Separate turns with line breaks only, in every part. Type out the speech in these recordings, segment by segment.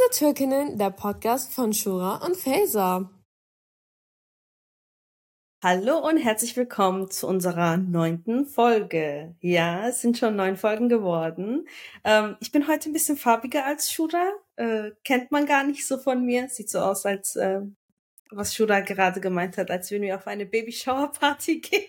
Unter Türkinnen, der Podcast von Shura und Feyza.
Hallo und herzlich willkommen zu unserer 9. Folge. Ja, es sind schon 9 Folgen geworden. Ich bin heute ein bisschen farbiger als Shura. Kennt man gar nicht so von mir. Sieht so aus, als was Shura gerade gemeint hat, als würden wir auf eine Babyshower-Party gehen.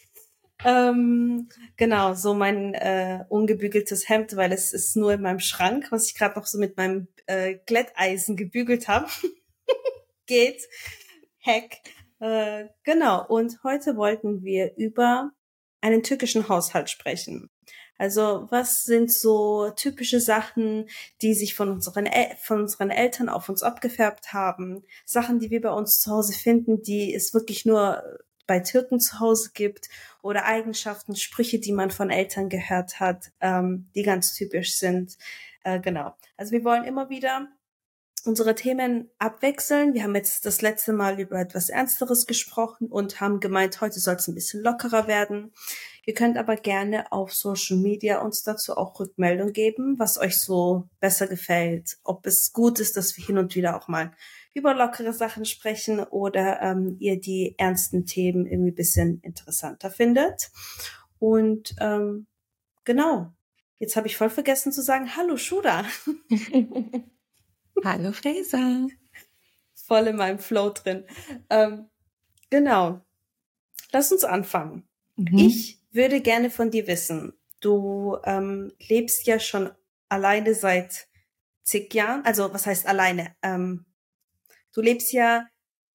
Genau, so mein ungebügeltes Hemd, weil es ist nur in meinem Schrank, was ich gerade noch so mit meinem Glätteisen gebügelt habe. Geht. Hack. Genau, und heute wollten wir über einen türkischen Haushalt sprechen. Also was sind so typische Sachen, die sich von unseren Eltern auf uns abgefärbt haben? Sachen, die wir bei uns zu Hause finden, die es wirklich nur bei Türken zu Hause gibt, oder Eigenschaften, Sprüche, die man von Eltern gehört hat, die ganz typisch sind. Genau. Also wir wollen immer wieder unsere Themen abwechseln. Wir haben jetzt das letzte Mal über etwas Ernsteres gesprochen und haben gemeint, heute soll es ein bisschen lockerer werden. Ihr könnt aber gerne auf Social Media uns dazu auch Rückmeldung geben, was euch so besser gefällt, ob es gut ist, dass wir hin und wieder auch mal über lockere Sachen sprechen oder ihr die ernsten Themen irgendwie ein bisschen interessanter findet. Und genau, jetzt habe ich voll vergessen zu sagen, hallo Shura.
Hallo Feyza.
Voll in meinem Flow drin. Genau. Lass uns anfangen. Ich würde gerne von dir wissen, du lebst ja schon alleine seit zig Jahren. Also was heißt alleine? Du lebst ja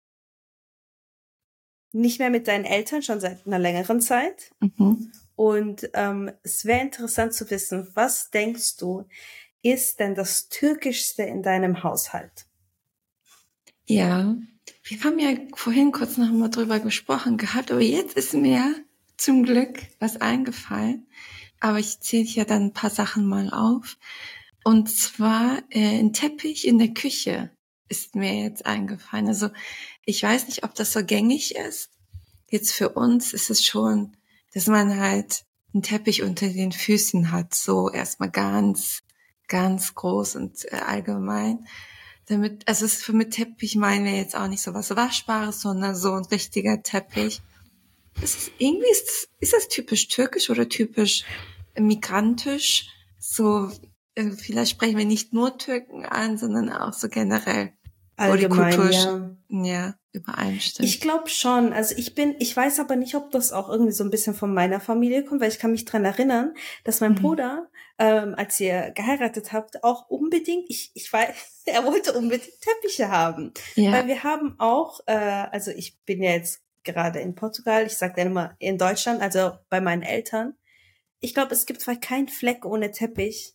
nicht mehr mit deinen Eltern schon seit einer längeren Zeit. Und es wäre interessant zu wissen, was denkst du, ist denn das Türkischste in deinem Haushalt?
Ja, wir haben ja vorhin kurz noch mal drüber gesprochen gehabt, aber jetzt ist mir zum Glück was eingefallen. Aber ich zähle ja dann ein paar Sachen mal auf. Und zwar ein Teppich in der Küche ist mir jetzt eingefallen. Also ich weiß nicht, ob das so gängig ist. Jetzt für uns ist es schon, dass man halt einen Teppich unter den Füßen hat, so erstmal ganz, ganz groß und allgemein. Damit, also es mit Teppich meinen wir jetzt auch nicht so was Waschbares, sondern so ein richtiger Teppich. Das ist irgendwie, ist das typisch türkisch oder typisch migrantisch? So, vielleicht sprechen wir nicht nur Türken an, sondern auch so generell.
Allgemein,
wo die Kultur übereinstimmt.
Ich glaube schon. Also ich weiß aber nicht, ob das auch irgendwie so ein bisschen von meiner Familie kommt, weil ich kann mich dran erinnern, dass mein Bruder, als ihr geheiratet habt, auch unbedingt, ich weiß, er wollte unbedingt Teppiche haben.
Ja.
Weil wir haben auch, also ich bin ja jetzt gerade in Portugal, ich sage dann immer in Deutschland, also bei meinen Eltern. Ich glaube, es gibt vielleicht keinen Fleck ohne Teppich.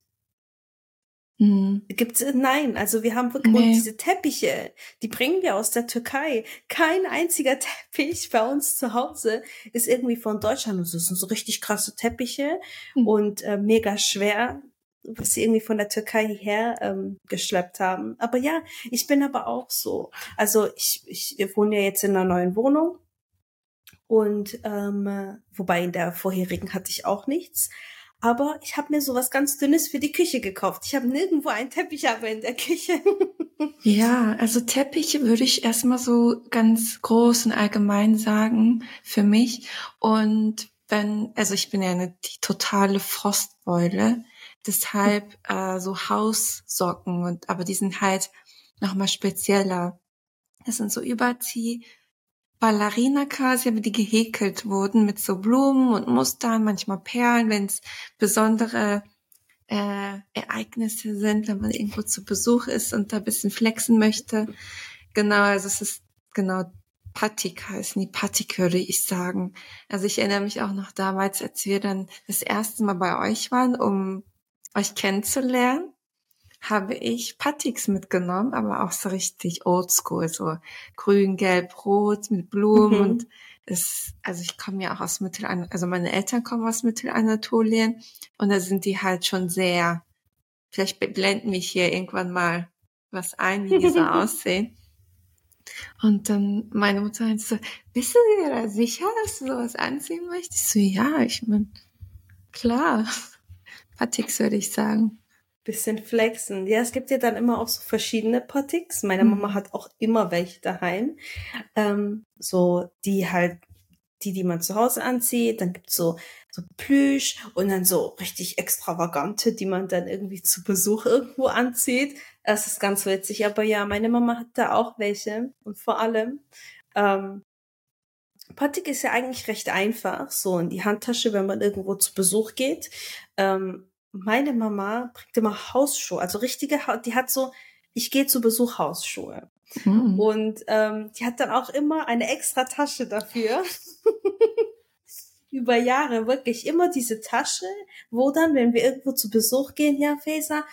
Nein, also wir haben wirklich, und diese Teppiche, die bringen wir aus der Türkei. Kein einziger Teppich bei uns zu Hause ist irgendwie von Deutschland. Das sind so richtig krasse Teppiche und mega schwer, was sie irgendwie von der Türkei hierher geschleppt haben. Aber ja, ich bin aber auch so. Also ich wohne ja jetzt in einer neuen Wohnung und wobei in der vorherigen hatte ich auch nichts. Aber ich habe mir sowas ganz Dünnes für die Küche gekauft. Ich habe nirgendwo einen Teppich, aber in der Küche.
Ja, also Teppiche würde ich erstmal so ganz groß und allgemein sagen für mich. Und also ich bin ja die totale Frostbeule, deshalb so Haussocken aber die sind halt nochmal spezieller. Das sind so Ballerina quasi, aber die gehäkelt wurden mit so Blumen und Mustern, manchmal Perlen, wenn es besondere Ereignisse sind, wenn man irgendwo zu Besuch ist und da ein bisschen flexen möchte. Genau, also es ist genau Patik heißen die, Patik würde ich sagen. Also ich erinnere mich auch noch damals, als wir dann das erste Mal bei euch waren, um euch kennenzulernen, habe ich Patiks mitgenommen, aber auch so richtig oldschool, so grün, gelb, rot mit Blumen und also ich komme ja auch aus also meine Eltern kommen aus Mittelanatolien und da sind die halt schon sehr, vielleicht blenden mich hier irgendwann mal was ein, wie die so aussehen. Und dann meine Mutter meinte so, bist du dir da sicher, dass du sowas anziehen möchtest? Ich so, ja, ich meine, klar, Patiks würde ich sagen.
Bisschen flexen. Ja, es gibt ja dann immer auch so verschiedene Pottiks. Meine Mama hat auch immer welche daheim. So, die halt, die man zu Hause anzieht. Dann gibt's so Plüsch und dann so richtig extravagante, die man dann irgendwie zu Besuch irgendwo anzieht. Das ist ganz witzig. Aber ja, meine Mama hat da auch welche. Und vor allem, Pottik ist ja eigentlich recht einfach, so in die Handtasche, wenn man irgendwo zu Besuch geht. Meine Mama bringt immer Hausschuhe, also die hat so, ich gehe zu Besuch Hausschuhe. Und die hat dann auch immer eine extra Tasche dafür. Über Jahre wirklich immer diese Tasche, wo dann, wenn wir irgendwo zu Besuch gehen, ja, Feza,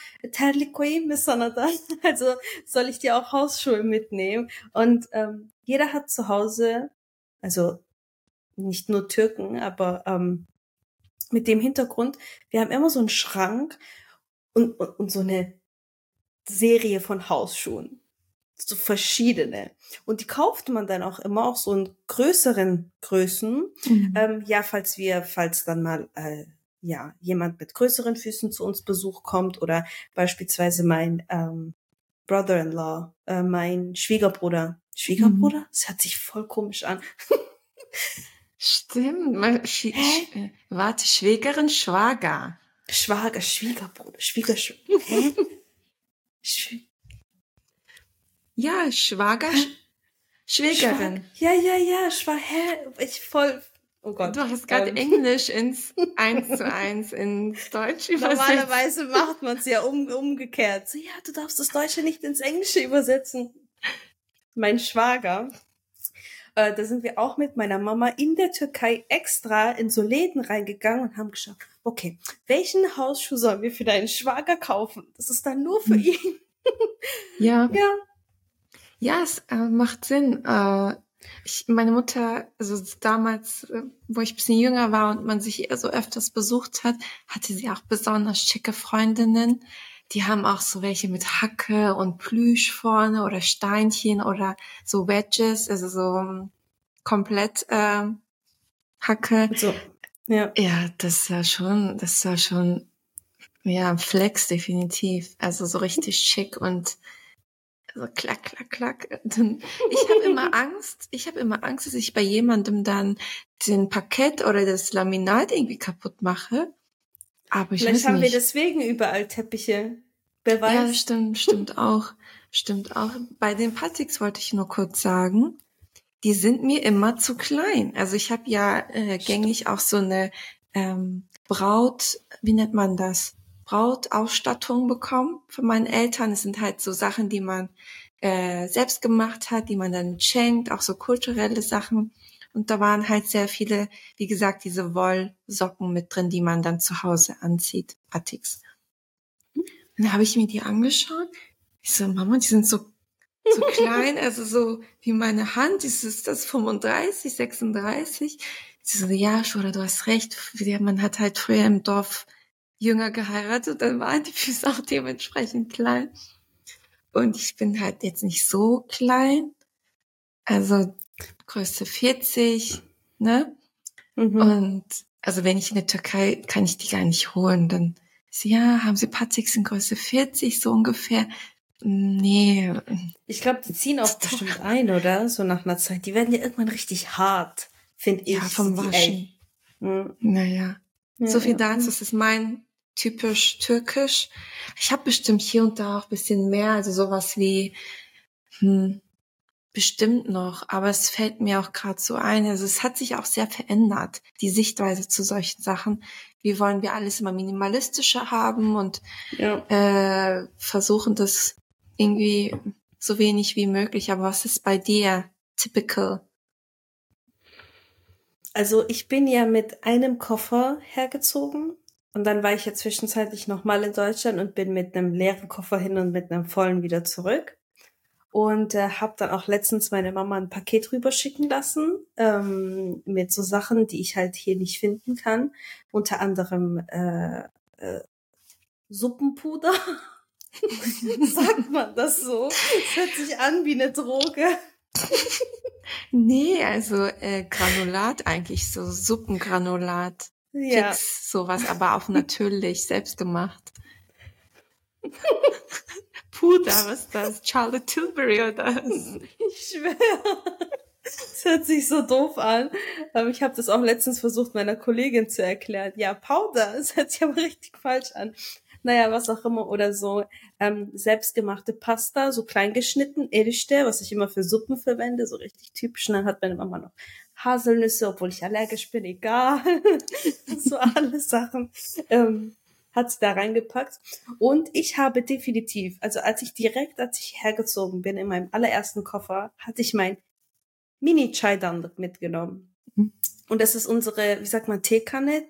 also soll ich dir auch Hausschuhe mitnehmen? Und jeder hat zu Hause, also nicht nur Türken, aber mit dem Hintergrund, wir haben immer so einen Schrank und so eine Serie von Hausschuhen. So verschiedene. Und die kauft man dann auch immer auch so in größeren Größen. Ja, falls dann mal ja jemand mit größeren Füßen zu uns Besuch kommt oder beispielsweise mein Brother-in-law, mein Schwiegerbruder. Schwiegerbruder? Das hört sich voll komisch an.
Stimmt. Warte, Schwägerin, Schwager.
Schwiegerbruder, Hä?
Ja, Schwager, Schwägerin.
Ja, oh Gott.
Du hast gerade Englisch ins 1:1 ins Deutsche übersetzt.
Normalerweise macht man es ja umgekehrt. So, ja, du darfst das Deutsche nicht ins Englische übersetzen. Mein Schwager, da sind wir auch mit meiner Mama in der Türkei extra in so Läden reingegangen und haben geschaut, okay, welchen Hausschuh sollen wir für deinen Schwager kaufen? Das ist dann nur für ihn.
Ja.
Ja.
Ja, es macht Sinn. Meine Mutter, also damals, wo ich ein bisschen jünger war und man sich eher so öfters besucht hat, hatte sie auch besonders schicke Freundinnen. Die haben auch so welche mit Hacke und Plüsch vorne oder Steinchen oder so Wedges, also so komplett Hacke.
So, ja.
Ja, das war schon, ja, ein Flex definitiv. Also so richtig schick und so klack, klack, klack. Ich habe immer Angst, dass ich bei jemandem dann den Parkett oder das Laminat irgendwie kaputt mache. Aber ich weiß nicht.
Vielleicht haben wir deswegen überall Teppiche. Wer weiß.
Ja, stimmt auch. Stimmt auch. Bei den Patiks wollte ich nur kurz sagen, die sind mir immer zu klein. Also ich habe ja gängig auch so eine wie nennt man das? Brautausstattung bekommen von meinen Eltern. Es sind halt so Sachen, die man selbst gemacht hat, die man dann schenkt, auch so kulturelle Sachen. Und da waren halt sehr viele, wie gesagt, diese Wollsocken mit drin, die man dann zu Hause anzieht, Patiks. Und dann habe ich mir die angeschaut. Ich so, Mama, die sind so klein, also so wie meine Hand. Ist das 35, 36? Sie so, ja, Schura, du hast recht. Man hat halt früher im Dorf jünger geheiratet, dann waren die Füße auch dementsprechend klein. Und ich bin halt jetzt nicht so klein. Also Größe 40, ne? Und also wenn ich in der Türkei, kann ich die gar nicht holen. Dann so, ja, haben Sie Patiks in Größe 40, so ungefähr? Nee.
Ich glaube, die ziehen auch bestimmt ein, oder? So nach einer Zeit. Die werden ja irgendwann richtig hart, finde ich.
Ja, vom Waschen. Naja. So viel dazu. Das ist mein typisch türkisch. Ich habe bestimmt hier und da auch ein bisschen mehr, also sowas wie bestimmt noch, aber es fällt mir auch gerade so ein, also es hat sich auch sehr verändert, die Sichtweise zu solchen Sachen. Wie wollen wir alles immer minimalistischer haben und versuchen das irgendwie so wenig wie möglich. Aber was ist bei dir typical?
Also ich bin ja mit einem Koffer hergezogen und dann war ich ja zwischenzeitlich nochmal in Deutschland und bin mit einem leeren Koffer hin und mit einem vollen wieder zurück. Und habe dann auch letztens meine Mama ein Paket rüberschicken lassen mit so Sachen, die ich halt hier nicht finden kann. Unter anderem Suppenpuder. Sagt man das so? Das hört sich an wie eine Droge.
Nee, also Granulat eigentlich, so Suppengranulat.
Ja.
Fix, sowas, aber auch natürlich, selbst gemacht. Puder, was ist das? Charlotte Tilbury oder was?
Ich schwöre. Das hört sich so doof an. Aber ich habe das auch letztens versucht, meiner Kollegin zu erklären. Ja, Powder, das hört sich aber richtig falsch an. Naja, was auch immer. Oder so selbstgemachte Pasta, so klein geschnitten, Erişte, was ich immer für Suppen verwende, so richtig typisch. Und dann hat meine Mama noch Haselnüsse, obwohl ich allergisch bin, egal. So alle Sachen hat sie da reingepackt. Und ich habe definitiv, also als ich hergezogen bin, in meinem allerersten Koffer, hatte ich mein Mini-Chai-Dandak mitgenommen. Und das ist unsere, wie sagt man, Teekanne,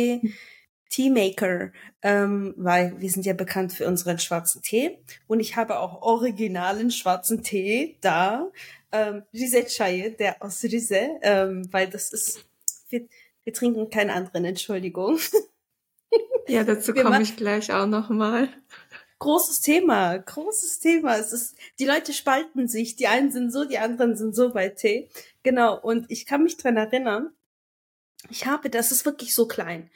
Teamaker, weil wir sind ja bekannt für unseren schwarzen Tee. Und ich habe auch originalen schwarzen Tee da, Rize Chai, der aus Rize, weil das ist, wir trinken keinen anderen, Entschuldigung.
Ja, dazu komme ich gleich auch nochmal.
Großes Thema. Es ist, die Leute spalten sich. Die einen sind so, die anderen sind so bei Tee. Genau. Und ich kann mich dran erinnern, das ist wirklich so klein.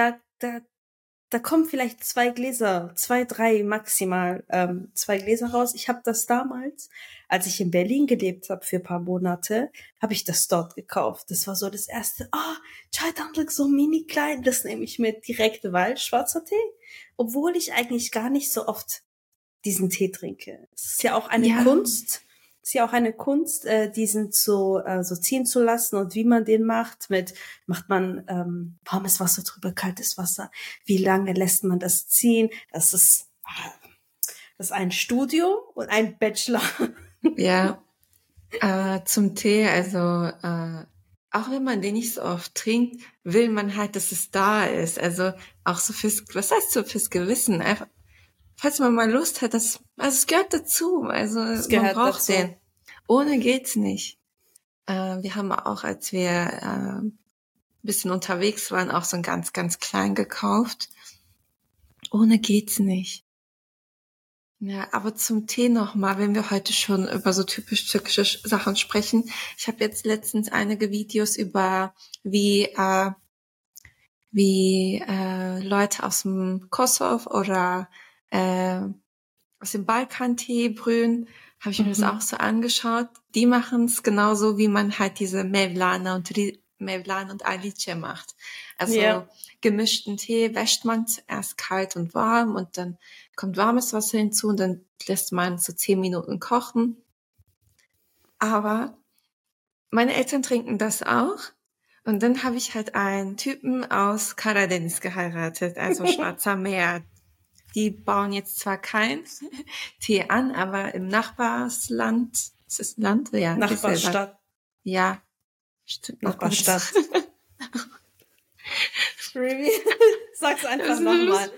Da kommen vielleicht 2 Gläser, 2, 3 maximal, 2 Gläser raus. Ich habe das damals, als ich in Berlin gelebt habe für ein paar Monate, habe ich das dort gekauft. Das war so das erste, Chai Dandak, so mini klein, das nehme ich mit direkt, weil schwarzer Tee. Obwohl ich eigentlich gar nicht so oft diesen Tee trinke. Es ist ja auch eine Kunst. Es ist ja auch eine Kunst, diesen so ziehen zu lassen und wie man den macht man warmes Wasser drüber, kaltes Wasser. Wie lange lässt man das ziehen? Das ist ein Studium und ein Bachelor.
Ja, zum Tee, also auch wenn man den nicht so oft trinkt, will man halt, dass es da ist. Also auch so fürs Gewissen. Einfach, falls man mal Lust hat, also es gehört dazu. Also man braucht den. Ohne geht's nicht. Wir haben auch, als wir ein bisschen unterwegs waren, auch so ein ganz, ganz klein gekauft. Ohne geht's nicht. Ja, aber zum Tee nochmal, wenn wir heute schon über so typisch türkische Sachen sprechen. Ich habe jetzt letztens einige Videos über wie Leute aus dem Kosovo oder aus dem Balkan Tee brühen, habe ich mir das auch so angeschaut. Die machen es genauso, wie man halt diese Mevlana und Alice macht. Also gemischten Tee wäscht man zuerst kalt und warm und dann kommt warmes Wasser hinzu und dann lässt man so 10 Minuten kochen. Aber meine Eltern trinken das auch. Und dann habe ich halt einen Typen aus Karadeniz geheiratet, also Schwarzer Meer. Die bauen jetzt zwar kein Tee an, aber im Nachbarsland, ist es ein Land? Ja.
Nachbarstadt.
Ja. Stimmt.
Nachbarstadt. Sag's einfach nochmal.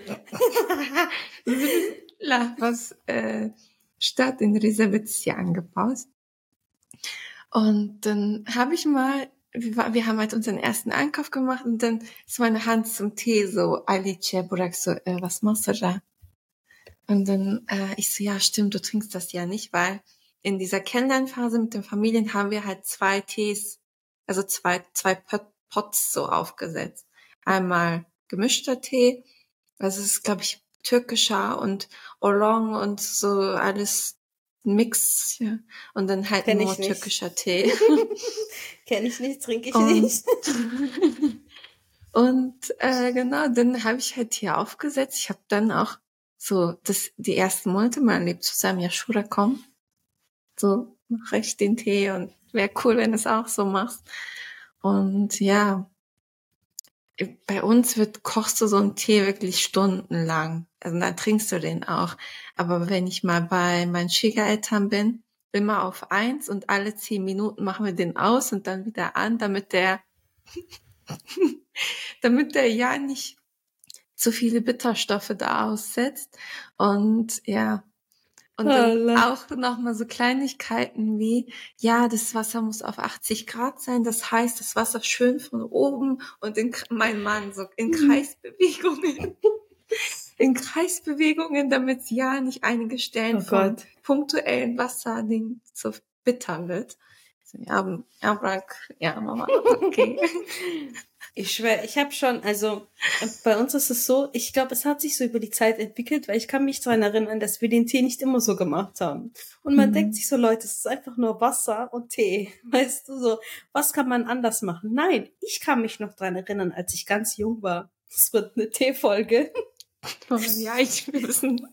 Was Stadt in Rize wird hier angebaut. Und dann habe ich mal, wir haben halt unseren ersten Einkauf gemacht und dann ist meine Hand zum Tee so, Alice, Burak, so, was machst du da? Und dann ich so, ja stimmt, du trinkst das ja nicht, weil in dieser Kennenlernphase mit den Familien haben wir halt 2 Tees, also zwei Pots so aufgesetzt. Einmal gemischter Tee, also es ist, glaube ich, türkischer und Oolong und so alles Mix, ja. Und dann halt nur türkischer Tee.
Kenn ich nicht, trinke ich nicht.
Und genau, dann habe ich halt hier aufgesetzt. Ich habe dann auch so die ersten Monate meiner Leben zusammen, ja, Shura, komm, so mache ich den Tee und wäre cool, wenn du es auch so machst. Und ja, bei uns kochst du so einen Tee wirklich stundenlang. Also dann trinkst du den auch. Aber wenn ich mal bei meinen Schwiegereltern bin, immer auf 1 und alle 10 Minuten machen wir den aus und dann wieder an, damit der ja nicht so viele Bitterstoffe da aussetzt. Und ja, und dann auch nochmal so Kleinigkeiten wie, ja, das Wasser muss auf 80 Grad sein, das heißt, das Wasser schön von oben und mein Mann so in Kreisbewegungen, damit ja nicht einige Stellen von punktuellen Wasserding so bitter wird. So, ja, Mama, okay.
Ich schwöre, ich habe schon, also bei uns ist es so, ich glaube, es hat sich so über die Zeit entwickelt, weil ich kann mich daran erinnern, dass wir den Tee nicht immer so gemacht haben. Und man denkt sich so, Leute, es ist einfach nur Wasser und Tee. Weißt du, so, was kann man anders machen? Nein, ich kann mich noch daran erinnern, als ich ganz jung war. Es wird eine Teefolge.
Oh, ja, wir müssen.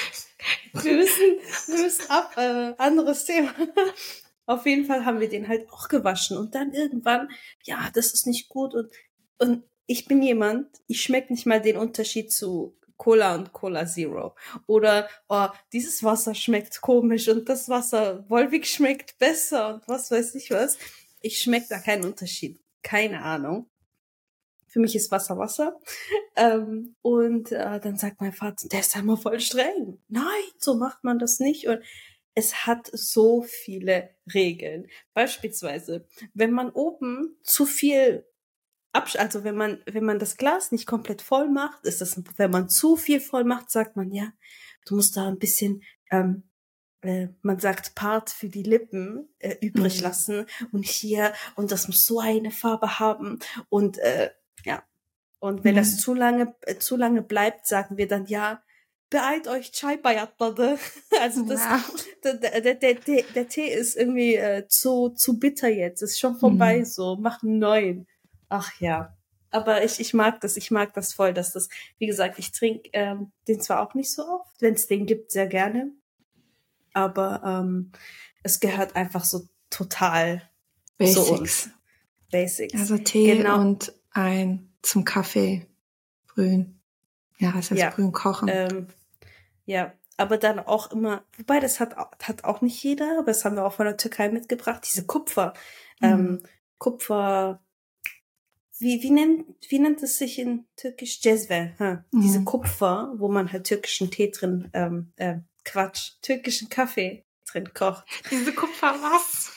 Wir müssen ab, anderes Thema. Auf jeden Fall haben wir den halt auch gewaschen. Und dann irgendwann, ja, das ist nicht gut. Und ich bin jemand, ich schmecke nicht mal den Unterschied zu Cola und Cola Zero. Oder, oh, dieses Wasser schmeckt komisch und das Wasser Wolwig schmeckt besser und was weiß ich was. Ich schmecke da keinen Unterschied. Keine Ahnung. Für mich ist Wasser Wasser. Und dann sagt mein Vater, der ist ja immer voll streng. Nein, so macht man das nicht. Und es hat so viele Regeln. Beispielsweise, wenn man oben zu viel also wenn man das Glas nicht komplett voll macht, ist das, wenn man zu viel voll macht, sagt man, ja, du musst da ein bisschen, man sagt Part für die Lippen übrig lassen und hier, und das muss so eine Farbe haben und ja. Und wenn das zu lange bleibt, sagen wir dann, ja, beeilt euch, Chai bayatladı. Also das, der Tee ist irgendwie zu bitter jetzt. Ist schon vorbei, so, mach einen neuen. Ach ja. Aber ich mag das voll, dass das, wie gesagt, ich trinke den zwar auch nicht so oft, wenn es den gibt, sehr gerne. Aber es gehört einfach so total
Basics.
zu uns. Basics.
Also Tee und ein zum Kaffee brühen. Ja, das heißt brühen, kochen.
Ja, aber dann auch immer, wobei das hat auch nicht jeder, aber das haben wir auch von der Türkei mitgebracht, diese Kupfer. Kupfer, wie nennt es sich in Türkisch? Cezve, diese Kupfer, wo man halt türkischen Tee drin, türkischen Kaffee drin kocht.
Diese Kupfer, was?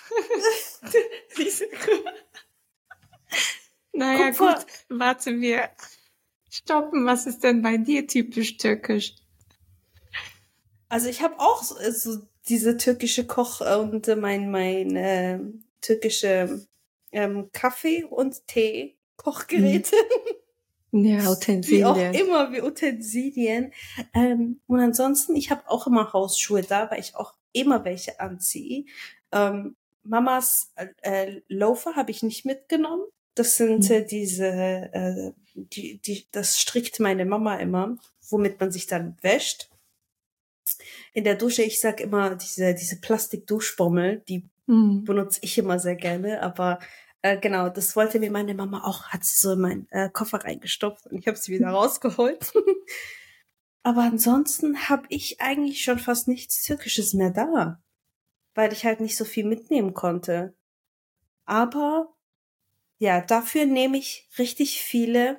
Naja, Kupfer. Gut, warte, wir stoppen. Was ist denn bei dir typisch türkisch?
Also ich habe auch so diese türkische Koch- und mein türkische Kaffee- und Tee-Kochgeräte.
Ja, Utensilien.
Wie auch immer, wie Utensilien. Und ansonsten, ich habe auch immer Hausschuhe da, weil ich auch immer welche anziehe. Mamas Loafer habe ich nicht mitgenommen. Das sind diese, das strickt meine Mama immer, womit man sich dann wäscht. In der Dusche, ich sag immer, diese Plastik-Duschbommel, die benutze ich immer sehr gerne, aber genau, das wollte mir meine Mama auch, hat sie so in meinen Koffer reingestopft und ich habe sie wieder rausgeholt. Aber ansonsten habe ich eigentlich schon fast nichts Türkisches mehr da, weil ich halt nicht so viel mitnehmen konnte. Aber ja, dafür nehme ich richtig viele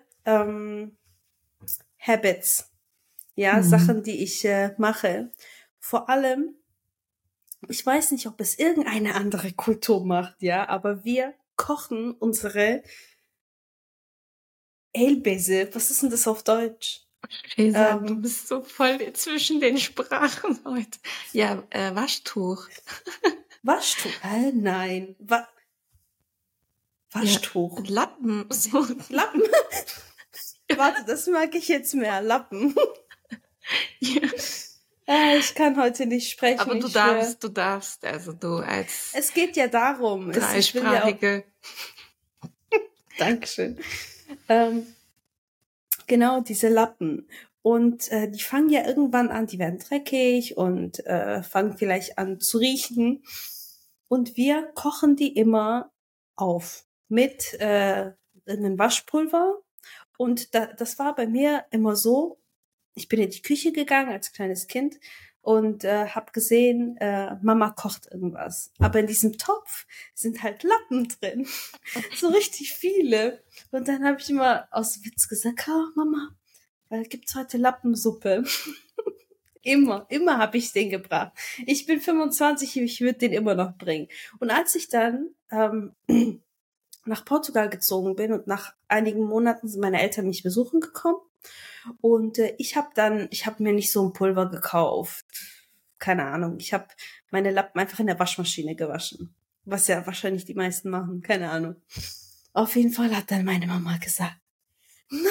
Habits. Ja, Sachen, die ich mache. Vor allem, ich weiß nicht, ob es irgendeine andere Kultur macht, ja, aber wir kochen unsere Elbese. Was ist denn das auf Deutsch?
Fesa, du bist so voll zwischen den Sprachen heute. Ja, Waschtuch.
Waschtuch? Nein. Waschtuch.
Ja, Lappen. So.
Lappen? Warte, das mag ich jetzt mehr. Lappen.
Ja.
Ich kann heute nicht sprechen.
Aber du darfst, also du als.
Es geht ja darum.
Dreisprachige.
Dankeschön. Genau, diese Lappen. Und die fangen ja irgendwann an, die werden dreckig und fangen vielleicht an zu riechen. Und wir kochen die immer auf mit einem Waschpulver. Und das war bei mir immer so, ich bin in die Küche gegangen als kleines Kind und habe gesehen, Mama kocht irgendwas. Aber in diesem Topf sind halt Lappen drin. So richtig viele. Und dann habe ich immer aus Witz gesagt, oh, Mama, gibt's heute Lappensuppe? Immer habe ich den gebracht. Ich bin 25, ich würde den immer noch bringen. Und als ich dann nach Portugal gezogen bin und nach einigen Monaten sind meine Eltern mich besuchen gekommen und ich habe mir nicht so ein Pulver gekauft. Keine Ahnung. Ich habe meine Lappen einfach in der Waschmaschine gewaschen. Was ja wahrscheinlich die meisten machen. Keine Ahnung. Auf jeden Fall hat dann meine Mama gesagt, nein,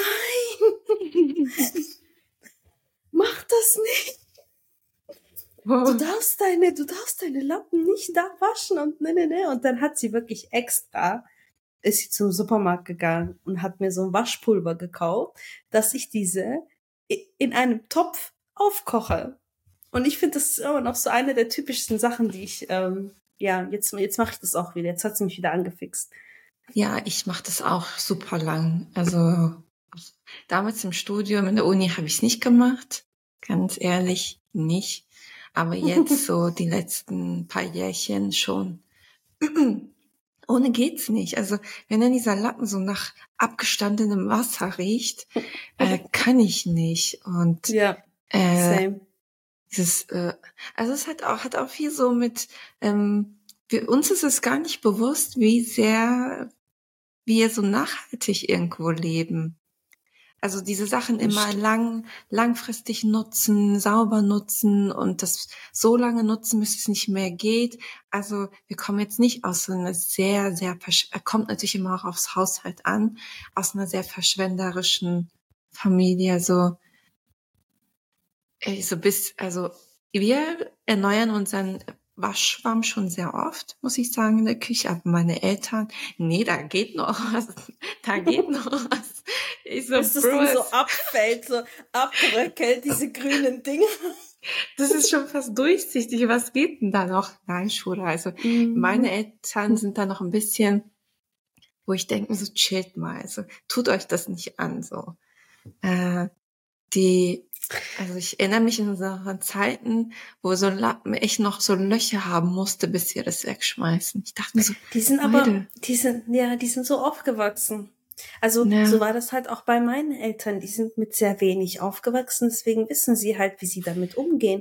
mach das nicht. Du darfst deine Lappen nicht da waschen und ne. Und dann hat sie wirklich ist sie zum Supermarkt gegangen und hat mir so ein Waschpulver gekauft, dass ich diese in einem Topf aufkoche. Und ich finde, das ist immer noch so eine der typischsten Sachen, die ich, jetzt mache ich das auch wieder. Jetzt hat sie mich wieder angefixt.
Ja, ich mache das auch super lang. Also damals im Studium in der Uni habe ich es nicht gemacht. Ganz ehrlich, nicht. Aber jetzt so die letzten paar Jährchen schon. Ohne geht's nicht. Also wenn dann dieser Lappen so nach abgestandenem Wasser riecht, kann ich nicht. Und
Ja, same.
Also es hat auch viel so mit, für uns ist es gar nicht bewusst, wie sehr wir so nachhaltig irgendwo leben. Also diese Sachen immer langfristig nutzen, sauber nutzen und das so lange nutzen, bis es nicht mehr geht. Also wir kommen jetzt nicht aus so einer kommt natürlich immer auch aufs Haushalt an, aus einer sehr verschwenderischen Familie, wir erneuern unseren Waschschwamm schon sehr oft, muss ich sagen, in der Küche. Aber meine Eltern, nee, da geht noch was. Da geht noch was. Ich so,
bis das Ding so abfällt, so abbröckelt, diese grünen Dinge.
Das ist schon fast durchsichtig. Was geht denn da noch? Nein, Schura. Also meine Eltern sind da noch ein bisschen, wo ich denke, so chillt mal. Also tut euch das nicht an, so. Also ich erinnere mich in unseren Zeiten, wo so ein Lappen echt noch so Löcher haben musste, bis wir das wegschmeißen. Ich dachte mir so,
die sind so aufgewachsen. Also so war das halt auch bei meinen Eltern. Die sind mit sehr wenig aufgewachsen, deswegen wissen sie halt, wie sie damit umgehen.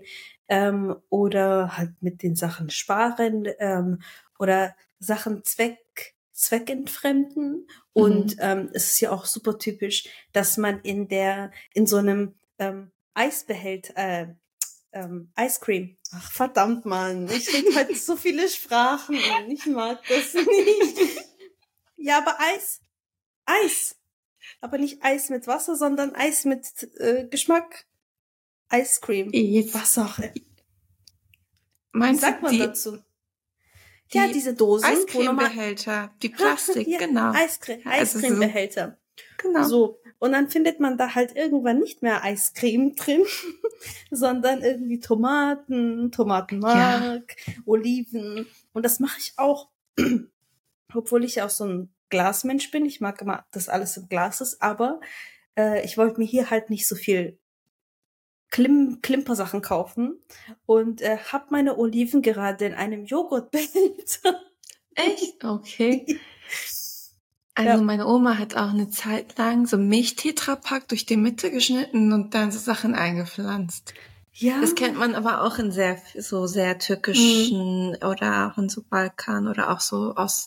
Oder halt mit den Sachen sparen oder Sachen zweckentfremden. Und es ist ja auch super typisch, dass man in so einem Eisbehälter, Ice Cream. Ach, verdammt, Mann. Ich rede heute so viele Sprachen und ich mag das nicht. Ja, aber Eis. Aber nicht Eis mit Wasser, sondern Eis mit Geschmack. Ice Cream. Was auch. Wie sagt man dazu? Ja, diese Dosen.
Eiscremebehälter, die Plastik, ja, genau.
Eiscremebehälter.
Genau.
So. Und dann findet man da halt irgendwann nicht mehr Eiscreme drin, sondern irgendwie Tomatenmark, Oliven. Und das mache ich auch, obwohl ich auch so ein Glasmensch bin. Ich mag immer, dass alles im Glas ist, aber ich wollte mir hier halt nicht so viel Klimpersachen kaufen und habe meine Oliven gerade in einem Joghurtbehälter.
Echt? Okay. Also meine Oma hat auch eine Zeit lang so Milch-Tetrapack durch die Mitte geschnitten und dann so Sachen eingepflanzt. Ja. Das kennt man aber auch in sehr türkischen oder auch in so Balkan oder auch so aus,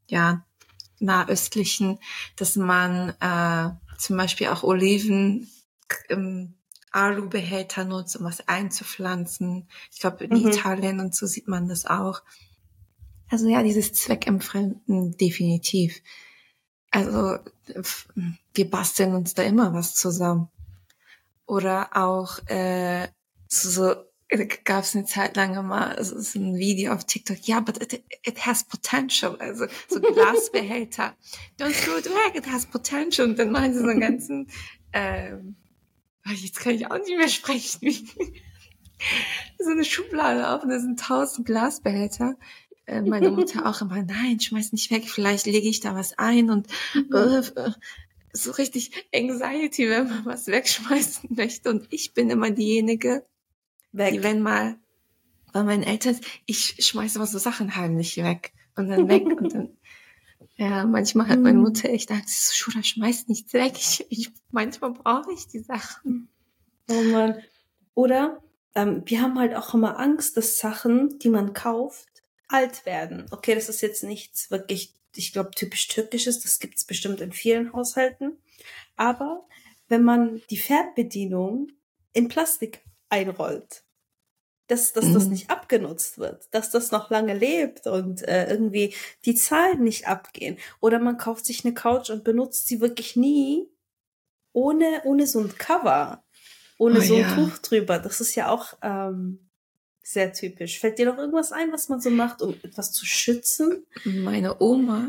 nahöstlichen, dass man zum Beispiel auch Oliven im Alubehälter nutzt, um was einzupflanzen. Ich glaube, in Italien und so sieht man das auch. Also ja, dieses Zweckentfremden definitiv. Also wir basteln uns da immer was zusammen. Oder auch gab es eine Zeit lang immer so ein Video auf TikTok, but it has potential, also so Glasbehälter. Don't throw it away, it has potential. Und dann machen sie so einen ganzen, jetzt kann ich auch nicht mehr sprechen, so eine Schublade auf und da sind 1000 Glasbehälter. Meine Mutter auch immer, nein, schmeiß nicht weg, vielleicht lege ich da was ein und so richtig Anxiety, wenn man was wegschmeißen möchte. Und ich bin immer diejenige, die wenn mal bei meinen Eltern, ich schmeiße immer so Sachen heimlich weg und dann weg und dann, manchmal hat meine Mutter echt Angst, Schura, schmeiß nichts weg. Manchmal brauche ich die Sachen.
Oh Mann. Oder wir haben halt auch immer Angst, dass Sachen, die man kauft, alt werden. Okay, das ist jetzt nichts wirklich, ich glaube, typisch Türkisches, das gibt's bestimmt in vielen Haushalten. Aber wenn man die Fernbedienung in Plastik einrollt, dass das nicht abgenutzt wird, dass das noch lange lebt und irgendwie die Zahlen nicht abgehen. Oder man kauft sich eine Couch und benutzt sie wirklich nie ohne so ein Cover, ohne so ein Tuch drüber. Das ist ja auch sehr typisch. Fällt dir noch irgendwas ein, was man so macht, um etwas zu schützen?
Meine Oma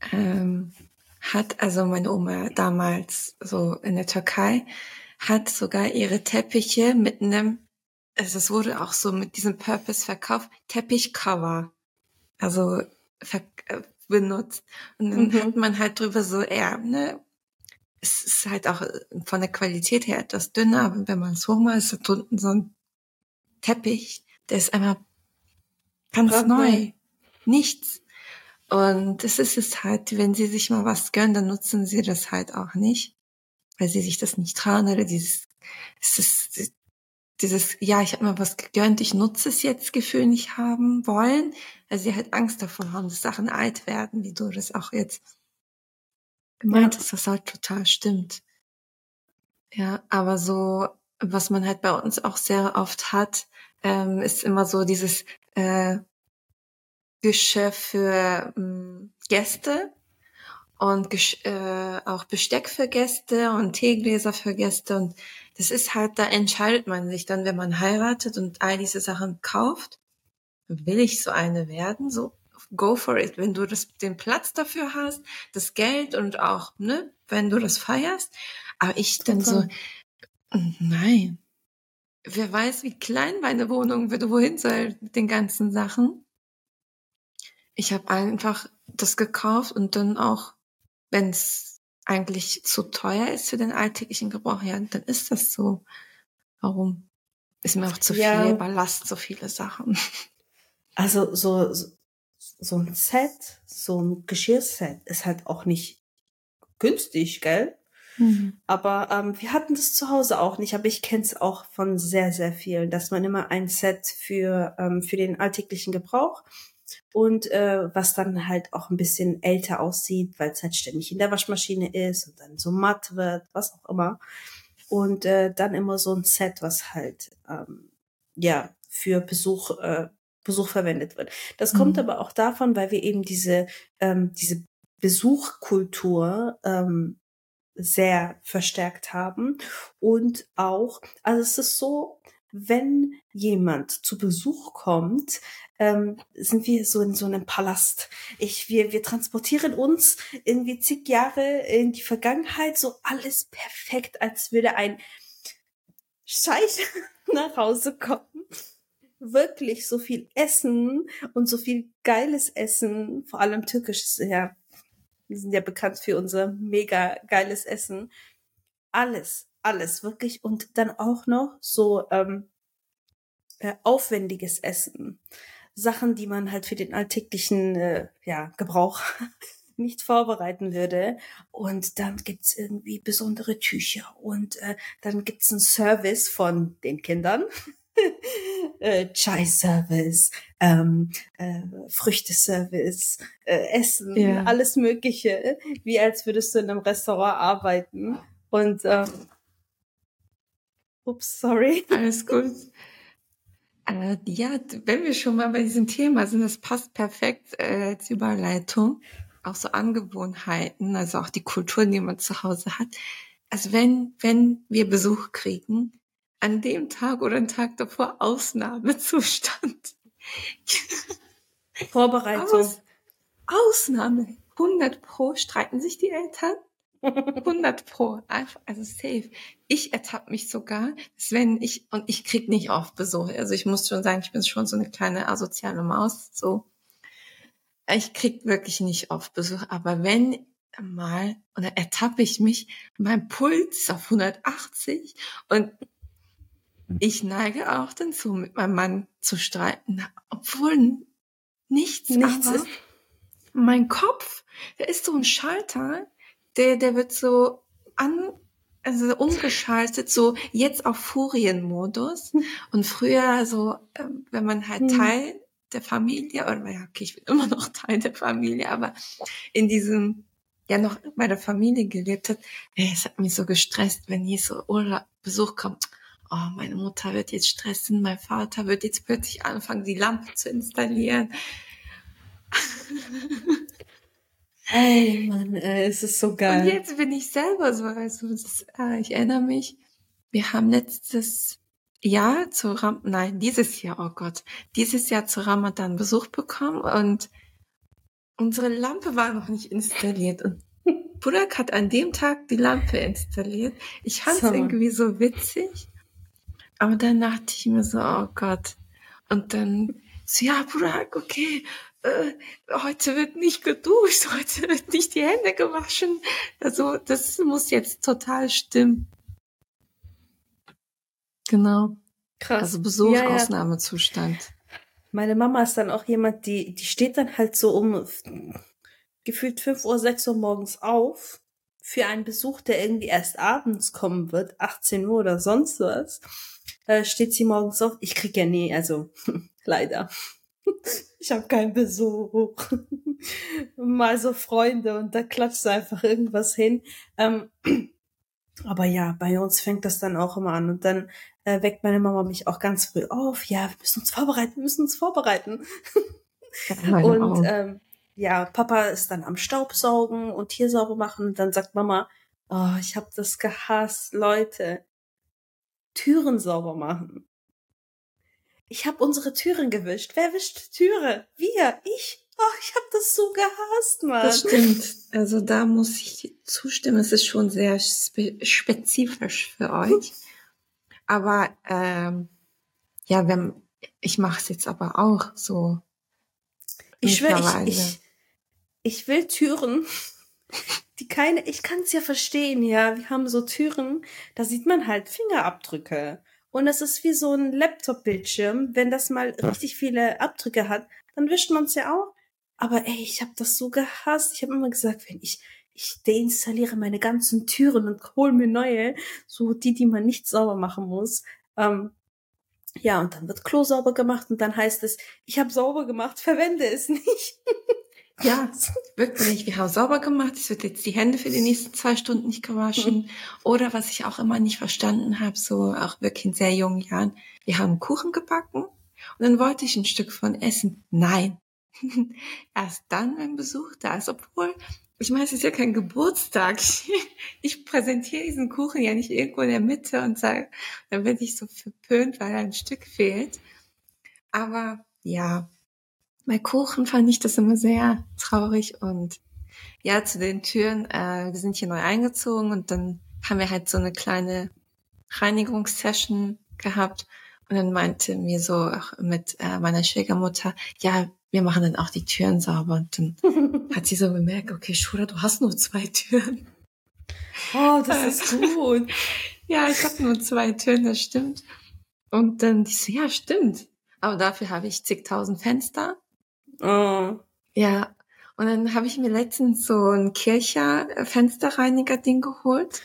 meine Oma damals so in der Türkei hat sogar ihre Teppiche mit es wurde auch so mit diesem Purpose verkauft, Teppichcover, also benutzt. Und dann hat man halt drüber so es ist halt auch von der Qualität her etwas dünner, aber wenn man es hochmacht, ist da drunten so ein Teppich, der ist einfach ganz neu. Nichts. Und es ist es halt, wenn sie sich mal was gönnen, dann nutzen sie das halt auch nicht, weil sie sich das nicht trauen oder dieses, ja, ich habe mir was gegönnt, ich nutze es jetzt Gefühl nicht haben wollen, weil sie halt Angst davor haben, dass Sachen alt werden, wie du das auch jetzt gemeint hast, das halt total stimmt. Ja, aber so, was man halt bei uns auch sehr oft hat, ist immer so dieses Geschirr für Gäste und auch Besteck für Gäste und Teegläser für Gäste. Und das ist halt, da entscheidet man sich dann, wenn man heiratet und all diese Sachen kauft, will ich so eine werden? So, go for it. Wenn du den Platz dafür hast, das Geld und auch, ne, wenn du das feierst. Aber ich dann so, nein. Wer weiß, wie klein meine Wohnung wird, wohin soll mit den ganzen Sachen. Ich habe einfach das gekauft und dann auch, wenn es eigentlich zu teuer ist für den alltäglichen Gebrauch, ja, dann ist das so. Warum? Ist mir auch zu viel Ballast, so viele Sachen.
Also so ein Set, so ein Geschirrset ist halt auch nicht günstig, gell? Aber wir hatten das zu Hause auch nicht, aber ich kenne es auch von sehr, sehr vielen, dass man immer ein Set für den alltäglichen Gebrauch und was dann halt auch ein bisschen älter aussieht, weil es halt ständig in der Waschmaschine ist und dann so matt wird, was auch immer. Und dann immer so ein Set, was halt für Besuch verwendet wird. Das kommt aber auch davon, weil wir eben diese Besuchkultur sehr verstärkt haben und auch, also es ist so, wenn jemand zu Besuch kommt, sind wir so in so einem Palast. Wir transportieren uns irgendwie zig Jahre in die Vergangenheit, so alles perfekt, als würde ein Scheich nach Hause kommen. Wirklich so viel Essen und so viel geiles Essen, vor allem türkisches, ja. Wir sind ja bekannt für unser mega geiles Essen. Alles wirklich. Und dann auch noch so aufwendiges Essen. Sachen, die man halt für den alltäglichen Gebrauch nicht vorbereiten würde. Und dann gibt's irgendwie besondere Tücher. Und dann gibt's einen Service von den Kindern. Chai-Service, Früchteservice, Essen, alles Mögliche, wie als würdest du in einem Restaurant arbeiten. Und ups, sorry.
Alles gut. Ja, wenn wir schon mal bei diesem Thema sind, das passt perfekt als Überleitung. Auch so Angewohnheiten, also auch die Kultur, die man zu Hause hat. Also wenn wir Besuch kriegen, an dem Tag oder einen Tag davor Ausnahmezustand.
Vorbereitung.
Ausnahme. 100% streiten sich die Eltern. 100%. Also safe. Ich ertappe mich sogar, dass ich krieg nicht oft Besuch. Also ich muss schon sagen, ich bin schon so eine kleine asoziale Maus, so. Ich krieg wirklich nicht oft Besuch, aber wenn mal, und dann ertappe ich mich, mein Puls ist auf 180 und ich neige auch dazu, mit meinem Mann zu streiten, obwohl nichts aber
ist.
Mein Kopf, der ist so ein Schalter, der wird so umgeschaltet, so jetzt auf Furienmodus. Und früher so, wenn man halt Teil der Familie, oder ja, okay, ich bin immer noch Teil der Familie, aber in diesem, ja, noch bei der Familie gelebt hat, es hat mich so gestresst, wenn hier so Besuch kommt. oh, meine Mutter wird jetzt stressen, mein Vater wird jetzt plötzlich anfangen, die Lampe zu installieren.
Ey, Mann, es ist so
Und
geil.
jetzt bin ich selber so, also ich erinnere mich, wir haben dieses Jahr zu Ramadan Besuch bekommen und unsere Lampe war noch nicht installiert und Burak hat an dem Tag die Lampe installiert. Ich fand es
So.
irgendwie so witzig, aber dann dachte ich mir so, oh Gott. Und dann so, ja, Burak, okay, heute wird nicht geduscht, heute wird nicht die Hände gewaschen. Also das muss jetzt total stimmen. Genau.
Krass.
Also Besuch,
Ja, ja.
Ausnahmezustand.
Meine Mama ist dann auch jemand, die steht dann halt so um gefühlt 5 Uhr, 6 Uhr morgens auf für einen Besuch, der irgendwie erst abends kommen wird, 18 Uhr oder sonst was. Steht sie morgens auf. Ich krieg ja nie, also leider. Ich habe keinen Besuch. Mal so Freunde und da klatscht einfach irgendwas hin. Aber ja, bei uns fängt das dann auch immer an. Und dann weckt meine Mama mich auch ganz früh auf. Ja, wir müssen uns vorbereiten. Und ja, Papa ist dann am Staubsaugen und hier sauber machen. Und dann sagt Mama, oh, ich habe das gehasst, Leute. Türen sauber machen. Ich habe unsere Türen gewischt. Wer wischt Türe? Wir, ich. Oh, ich habe das so gehasst, Mann.
Das stimmt. Also da muss ich zustimmen. Es ist schon sehr spezifisch für euch. Aber ja, ich mache es jetzt aber auch so.
Ich schwöre, ich will Türen, ich kann es ja verstehen, ja. Wir haben so Türen, da sieht man halt Fingerabdrücke. Und das ist wie so ein Laptop-Bildschirm. Wenn das mal richtig viele Abdrücke hat, dann wischt man es ja auch. Aber ey, ich habe das so gehasst. Ich habe immer gesagt, wenn ich deinstalliere meine ganzen Türen und hol mir neue, so die man nicht sauber machen muss. Ja, und dann wird Klo sauber gemacht und dann heißt es, ich habe sauber gemacht, verwende es nicht.
Ja, wirklich. Wir haben sauber gemacht. Es wird jetzt die Hände für die nächsten 2 Stunden nicht gewaschen. Oder was ich auch immer nicht verstanden habe, so auch wirklich in sehr jungen Jahren, wir haben Kuchen gebacken und dann wollte ich ein Stück von essen. Nein. Erst dann, wenn Besuch da ist. Obwohl, ich meine, es ist ja kein Geburtstag. Ich präsentiere diesen Kuchen ja nicht irgendwo in der Mitte und sage, dann bin ich so verpönt, weil ein Stück fehlt. Aber ja, bei Kuchen fand ich das immer sehr traurig und ja, zu den Türen, wir sind hier neu eingezogen und dann haben wir halt so eine kleine Reinigungssession gehabt und dann meinte mir so auch mit meiner Schwiegermutter, ja, wir machen dann auch die Türen sauber und dann hat sie so bemerkt, okay, Shura, du hast nur 2 Türen.
Oh, das ist gut.
Ja, ich habe nur 2 Türen, das stimmt. Und dann die so, ja, stimmt. Aber dafür habe ich zigtausend Fenster.
Oh.
Ja, und dann habe ich mir letztens so ein Kircher-Fensterreiniger-Ding geholt.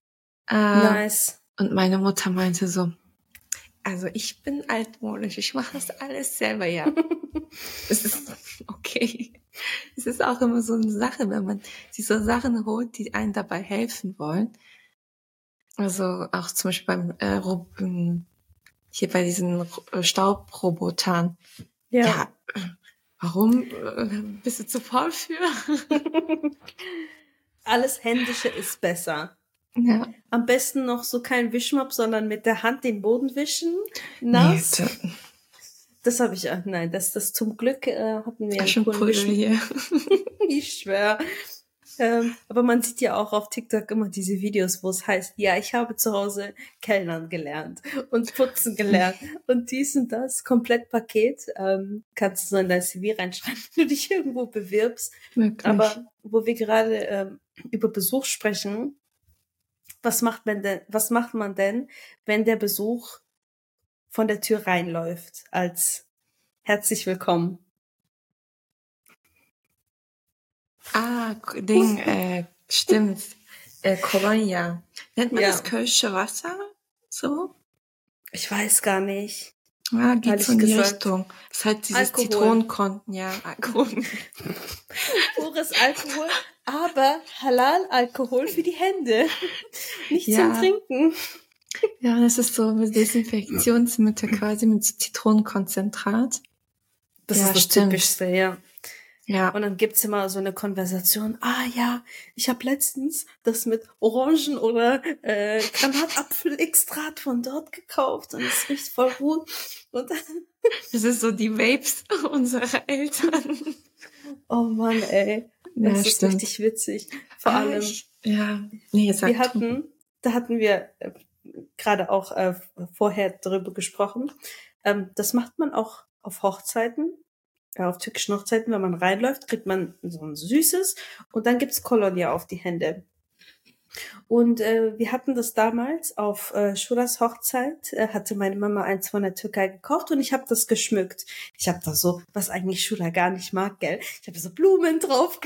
Nice.
Und meine Mutter meinte so, also ich bin altmodisch, ich mache das alles selber, ja. Es ist okay. Es ist auch immer so eine Sache, wenn man sich so Sachen holt, die einem dabei helfen wollen. Also auch zum Beispiel beim hier bei diesen Staubrobotern. Ja, warum bist du zu faul für?
Alles Händische ist besser.
Ja.
Am besten noch so kein Wischmopp, sondern mit der Hand den Boden wischen. Nass. Nee, das habe ich, nein, das zum Glück hatten wir
einen coolen Wischmopp hier.
Ich schwöre. Aber man sieht ja auch auf TikTok immer diese Videos, wo es heißt, ja, ich habe zu Hause Kellnern gelernt und putzen gelernt und dies und das, Komplettpaket. Kannst du so in dein CV reinschreiben, wenn du dich irgendwo bewirbst. Wirklich? Aber wo wir gerade über Besuch sprechen, was macht man denn, wenn der Besuch von der Tür reinläuft als herzlich willkommen?
Stimmt. Kolonia. Nennt man das kölsche Wasser? So?
Ich weiß gar nicht.
Ja, geht so in die Richtung. Das ist halt dieses Zitronenkonten, ja, Alkohol.
Pures Alkohol, aber Halal-Alkohol für die Hände. Nicht zum Trinken.
Ja, das ist so mit Desinfektionsmittel quasi mit Zitronenkonzentrat.
Das
Ja,
ist das
stimmt.
Typischste, ja.
Ja,
Und dann gibt's immer so eine Konversation. Ah ja, ich habe letztens das mit Orangen oder Granatapfelextrat von dort gekauft und es riecht voll gut. Und
das ist so die Vapes unserer Eltern.
oh Mann, ey,
Ja,
das ist
stimmt.
richtig witzig. Vor allem,
Nee, sag
wir
du.
da hatten wir gerade auch vorher darüber gesprochen. Das macht man auch auf Hochzeiten. Ja, auf türkischen Hochzeiten, wenn man reinläuft, kriegt man so ein Süßes und dann gibt's Kolonia auf die Hände. Und wir hatten das damals auf Shuras Hochzeit, hatte meine Mama eins von der Türkei gekauft und ich habe das geschmückt. Ich habe da so, was eigentlich Shura gar nicht mag, gell? Ich habe so Blumen drauf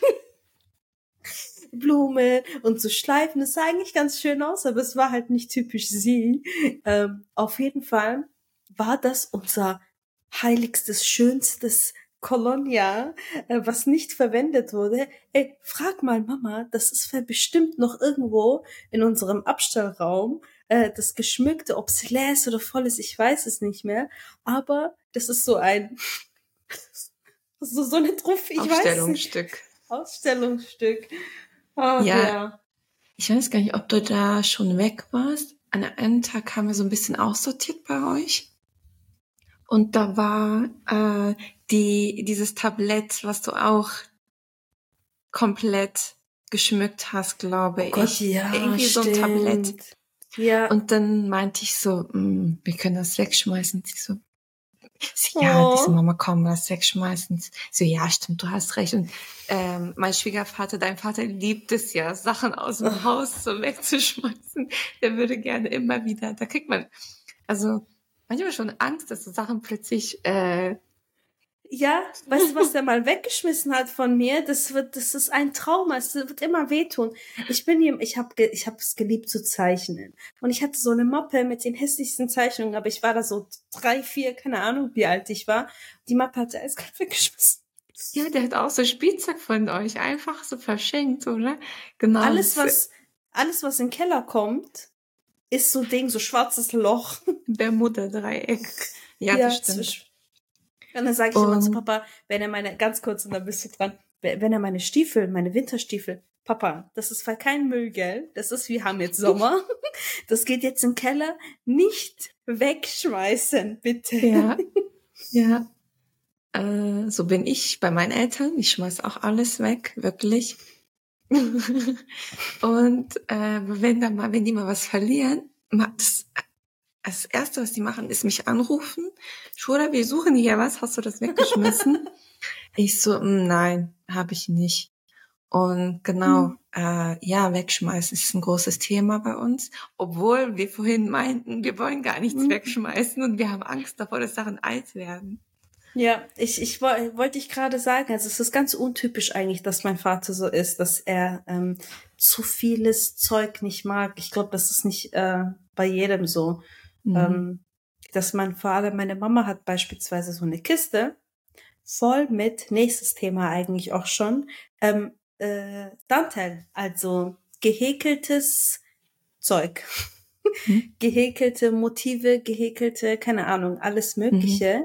Blumen und so Schleifen. Das sah eigentlich ganz schön aus, aber es war halt nicht typisch sie. Auf jeden Fall war das unser heiligstes, schönstes Kolonia, was nicht verwendet wurde. Ey, frag mal Mama, das ist bestimmt noch irgendwo in unserem Abstellraum. Das Geschmückte, ob's leer ist oder voll ist, ich weiß es nicht mehr. Aber das ist so ein, so eine Trophäe, ich weiß nicht.
Aufstellungsstück.
Ausstellungsstück. Ach
Ja,
ja.
ich weiß gar nicht, ob du da schon weg warst. An einem Tag haben wir so ein bisschen aussortiert bei euch. Und da war dieses Tablett, was du auch komplett geschmückt hast, glaube
Oh Gott,
ich.
ja,
Irgendwie so ein
stimmt.
Tablett.
Ja.
Und dann meinte ich so, wir können das wegschmeißen. Ja, diese Mama, komm, das wegschmeißen. So, ja, stimmt, du hast recht. Und mein Schwiegervater, dein Vater liebt es ja, Sachen aus dem Haus so wegzuschmeißen. Der würde gerne immer wieder, da kriegt man, also manchmal schon Angst, dass so Sachen plötzlich,
Ja, weißt du, was der mal weggeschmissen hat von mir? Das ist ein Trauma. Es wird immer wehtun. Ich habe es geliebt zu zeichnen. Und ich hatte so eine Mappe mit den hässlichsten Zeichnungen, aber ich war da so 3, 4, keine Ahnung, wie alt ich war. Die Mappe hat er eiskalt weggeschmissen.
ja, der hat auch so Spielzeug von euch einfach so verschenkt, oder? Genau.
Alles, was in den Keller kommt, ist so Ding, so schwarzes Loch.
Bermuda-Dreieck. Ja, das stimmt.
Und dann sage ich immer zu Papa, wenn er ganz kurz, und dann bist du dran, wenn er meine Winterstiefel, Papa, das ist kein Müll, gell? Wir haben jetzt Sommer. Das geht jetzt im Keller. Nicht wegschmeißen, bitte.
Ja. Ja. So bin ich bei meinen Eltern. Ich schmeiß auch alles weg, wirklich. Und wenn die mal was verlieren, das Erste, was die machen, ist mich anrufen. Shura, wir suchen hier was. Hast du das weggeschmissen? Ich so, nein, habe ich nicht. Und genau, wegschmeißen ist ein großes Thema bei uns. Obwohl wir vorhin meinten, wir wollen gar nichts wegschmeißen und wir haben Angst davor, dass Sachen alt werden.
Ja, ich wollte ich gerade sagen, also es ist ganz untypisch eigentlich, dass mein Vater so ist, dass er zu vieles Zeug nicht mag. Ich glaube, das ist nicht bei jedem so. Dass meine Mama hat beispielsweise so eine Kiste voll mit, nächstes Thema eigentlich auch schon, Dantel, also gehäkeltes Zeug. Gehäkelte Motive, keine Ahnung, alles Mögliche,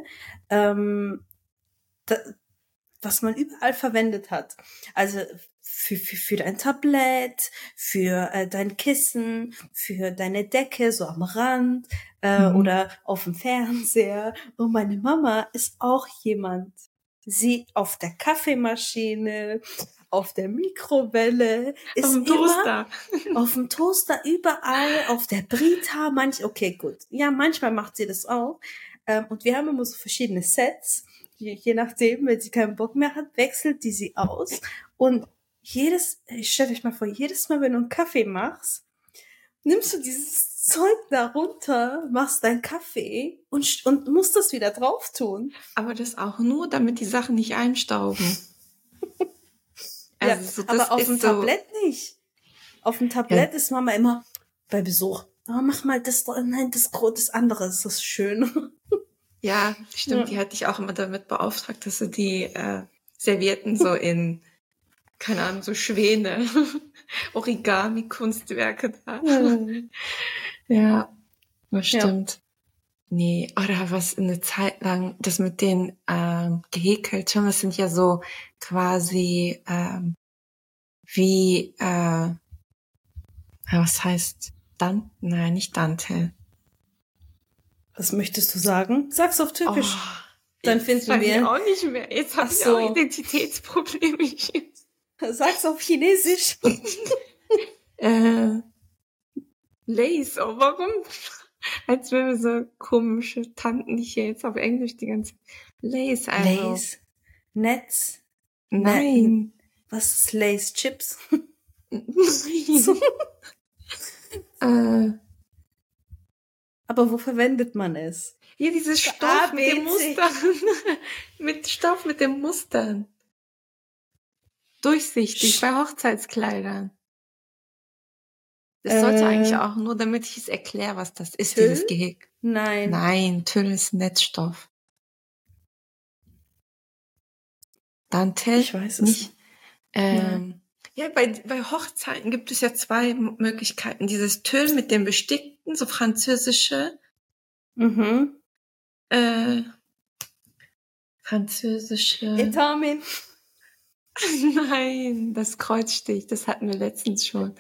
was man überall verwendet hat. Also für dein Tablett, für dein Kissen, für deine Decke, so am Rand oder auf dem Fernseher. Und meine Mama ist auch jemand. Sie auf der Kaffeemaschine, auf der Mikrowelle, ist
auf dem Toaster.
Immer auf dem Toaster, überall, auf der Brita, okay, gut. Ja, manchmal macht sie das auch. Und wir haben immer so verschiedene Sets. Je nachdem, wenn sie keinen Bock mehr hat, wechselt die sie aus. Und stell euch mal vor, jedes Mal, wenn du einen Kaffee machst, nimmst du dieses Zeug da runter, machst deinen Kaffee und musst das wieder drauf tun.
Aber das auch nur, damit die Sachen nicht einstauben.
Also ja, aber auf dem Tablett nicht. Auf dem Tablett ist Mama immer bei Besuch. Oh, mach mal das andere, das ist schön.
Ja, stimmt. Ja. Die hatte ich auch immer damit beauftragt, dass sie die Servietten so in, keine Ahnung, so Schwäne, Origami-Kunstwerke da. Ja, das
Ja.
stimmt. Nee, oder was eine Zeit lang, das mit den Gehäkelten, das sind ja so quasi wie, was heißt Nein, nicht Dante.
Was möchtest du sagen? Sag's auf
Oh,
Türkisch. Dann
jetzt
finden
weiß ich
wir.
auch nicht mehr. Jetzt habe
Ach
ich auch
so.
Identitätsprobleme hier.
Sag's auf Chinesisch.
Lace, oh, warum? Als wären wir so komische Tanten, die hier jetzt auf Englisch die ganze Lace, also.
Lays. Netz.
Nein.
Was ist Lays? Chips?
äh,
Aber wo verwendet man es?
hier dieses Stoff mit den Mustern. Mit Stoff mit den Mustern. Durchsichtig bei Hochzeitskleidern. Das sollte eigentlich auch nur, damit ich es erkläre, was das ist,
Tüll?
dieses Gehäkel.
Nein.
Nein, Tüll ist Netzstoff. Dante?
Ich weiß es
nicht.
Nein.
Ja, bei Hochzeiten gibt es ja zwei Möglichkeiten. Dieses Tüll mit dem Bestickten, so französische.
Mhm.
Französische.
Etamin.
Nein, das Kreuzstich, das hatten wir letztens schon.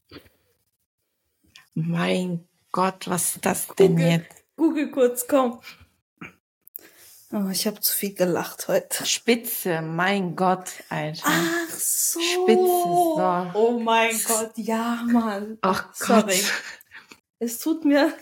Mein Gott, was ist das denn jetzt?
Google kurz, komm. Oh, ich habe zu viel gelacht heute.
Spitze, mein Gott, Alter.
Ach so.
Spitze, so.
Oh mein Gott, ja, Mann.
Ach
Sorry.
Gott.
Es tut mir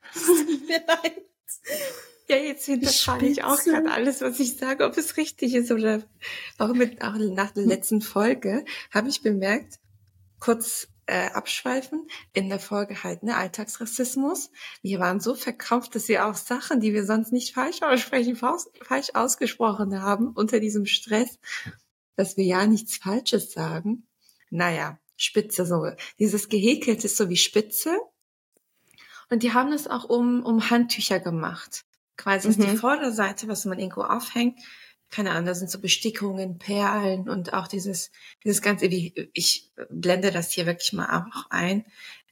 leid.
Ja, jetzt hinterfrage ich auch gerade alles, was ich sage, ob es richtig ist oder auch nach der letzten Folge habe ich bemerkt, kurz abschweifen, in der Folge halt, Alltagsrassismus. Wir waren so verkrampft, dass wir auch Sachen, die wir sonst nicht falsch aussprechen, falsch ausgesprochen haben, unter diesem Stress, dass wir ja nichts Falsches sagen. Naja, Spitze so. Dieses Gehäkelt ist so wie Spitze. Und die haben es auch um Handtücher gemacht. Quasi ist die Vorderseite, was man irgendwo aufhängt. Keine Ahnung, da sind so Bestickungen, Perlen und auch dieses ganze, ich blende das hier wirklich mal auch ein.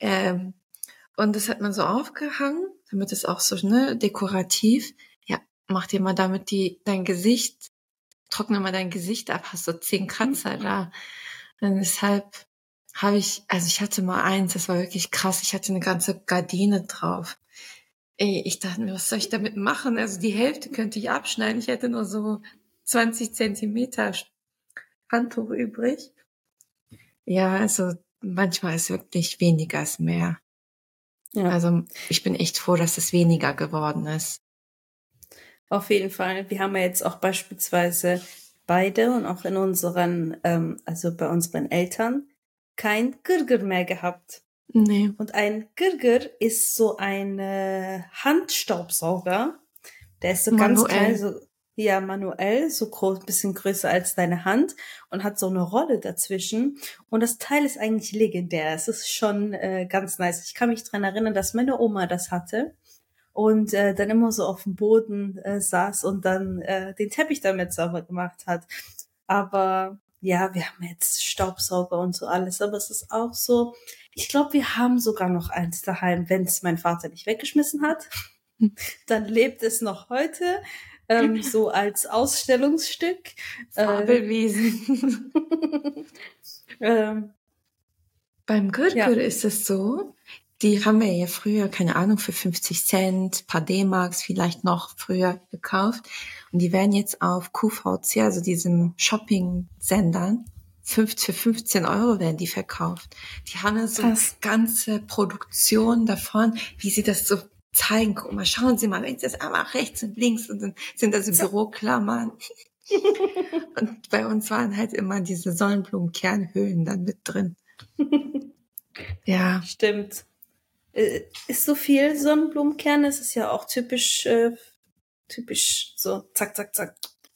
Und das hat man so aufgehangen, damit es auch so, dekorativ. Ja, mach dir mal damit dein Gesicht, trockne mal dein Gesicht ab, hast so 10 Kratzer da. Und deshalb ich hatte mal eins, das war wirklich krass. Ich hatte eine ganze Gardine drauf. Ich dachte mir, was soll ich damit machen? Also die Hälfte könnte ich abschneiden. Ich hätte nur so 20 Zentimeter Handtuch übrig. Ja, also manchmal ist wirklich weniger ist mehr. Ja. Also ich bin echt froh, dass es weniger geworden ist.
Auf jeden Fall. Wir haben ja jetzt auch beispielsweise beide und auch in unseren, also bei unseren Eltern, kein Gırgır mehr gehabt.
Nee.
Und ein Gırgır ist so ein Handstaubsauger. Der ist so ganz klein, so manuell, so groß, bisschen größer als deine Hand und hat so eine Rolle dazwischen. Und das Teil ist eigentlich legendär. Es ist schon ganz nice. Ich kann mich dran erinnern, dass meine Oma das hatte und dann immer so auf dem Boden saß und dann den Teppich damit sauber gemacht hat. Aber ja, wir haben jetzt Staubsauger und so alles, aber es ist auch so, ich glaube, wir haben sogar noch eins daheim, wenn es mein Vater nicht weggeschmissen hat. Dann lebt es noch heute, so als Ausstellungsstück.
Fabelwesen. Beim Gırgır ist es so, die haben wir ja früher, keine Ahnung, für 50 Cent, paar D-Marks vielleicht noch früher gekauft. Und die werden jetzt auf QVC, also diesem Shopping-Sendern, für 15 € werden die verkauft. Die haben ja so eine ganze Produktion davon, wie sie das so zeigen. Guck mal, schauen Sie mal, wenn Sie das einmal rechts und links und dann sind das Büroklammern. Und bei uns waren halt immer diese Sonnenblumenkernhüllen dann mit drin. Ja.
Stimmt. Ist so viel Sonnenblumenkerne, es ist ja auch typisch so zack, zack, zack.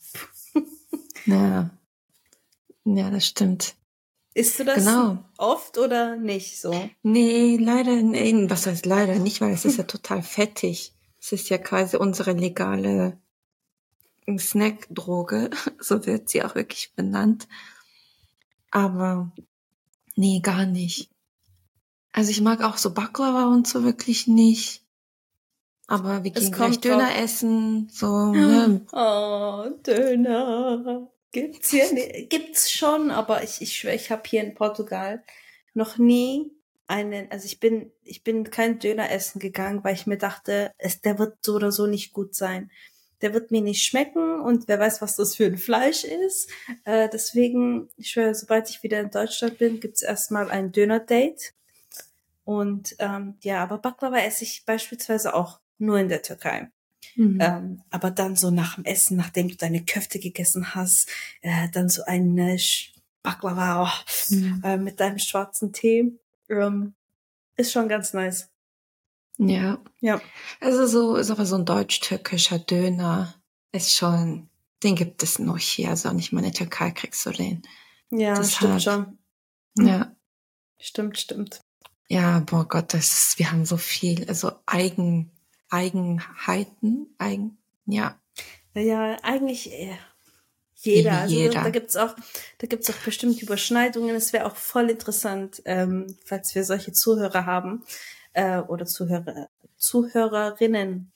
Ja, das stimmt.
Isst du das oft oder nicht so?
Nee, leider nicht. Was heißt leider nicht, weil es ist ja total fettig. Es ist ja quasi unsere legale Snackdroge, so wird sie auch wirklich benannt. Aber nee, gar nicht. Also ich mag auch so Baklava und so wirklich nicht. Aber wir gehen gleich Döner essen, so, ne?
Oh, Döner. Gibt's hier nicht. Gibt's schon, aber ich schwöre, ich habe hier in Portugal noch nie also ich bin kein Döner essen gegangen, weil ich mir dachte, der wird so oder so nicht gut sein. Der wird mir nicht schmecken und wer weiß, was das für ein Fleisch ist. Deswegen, ich schwöre, sobald ich wieder in Deutschland bin, gibt's erstmal ein Döner-Date. Und ja, aber Baklava esse ich beispielsweise auch nur in der Türkei. Aber dann so nach dem Essen, nachdem du deine Köfte gegessen hast, dann so ein Baklava mit deinem schwarzen Tee, ist schon ganz nice.
Ja.
Ja.
Also so ist aber so ein deutsch-türkischer Döner ist schon, den gibt es nur hier, also nicht mal in der Türkei kriegst du den.
Ja, das stimmt schon.
Ja.
Stimmt.
Ja, boah Gott, wir haben so viel, also Eigenheiten, ja.
Ja, eigentlich jeder. Also
jeder.
da gibt's auch bestimmt Überschneidungen. Es wäre auch voll interessant, falls wir solche Zuhörer haben oder Zuhörerinnen.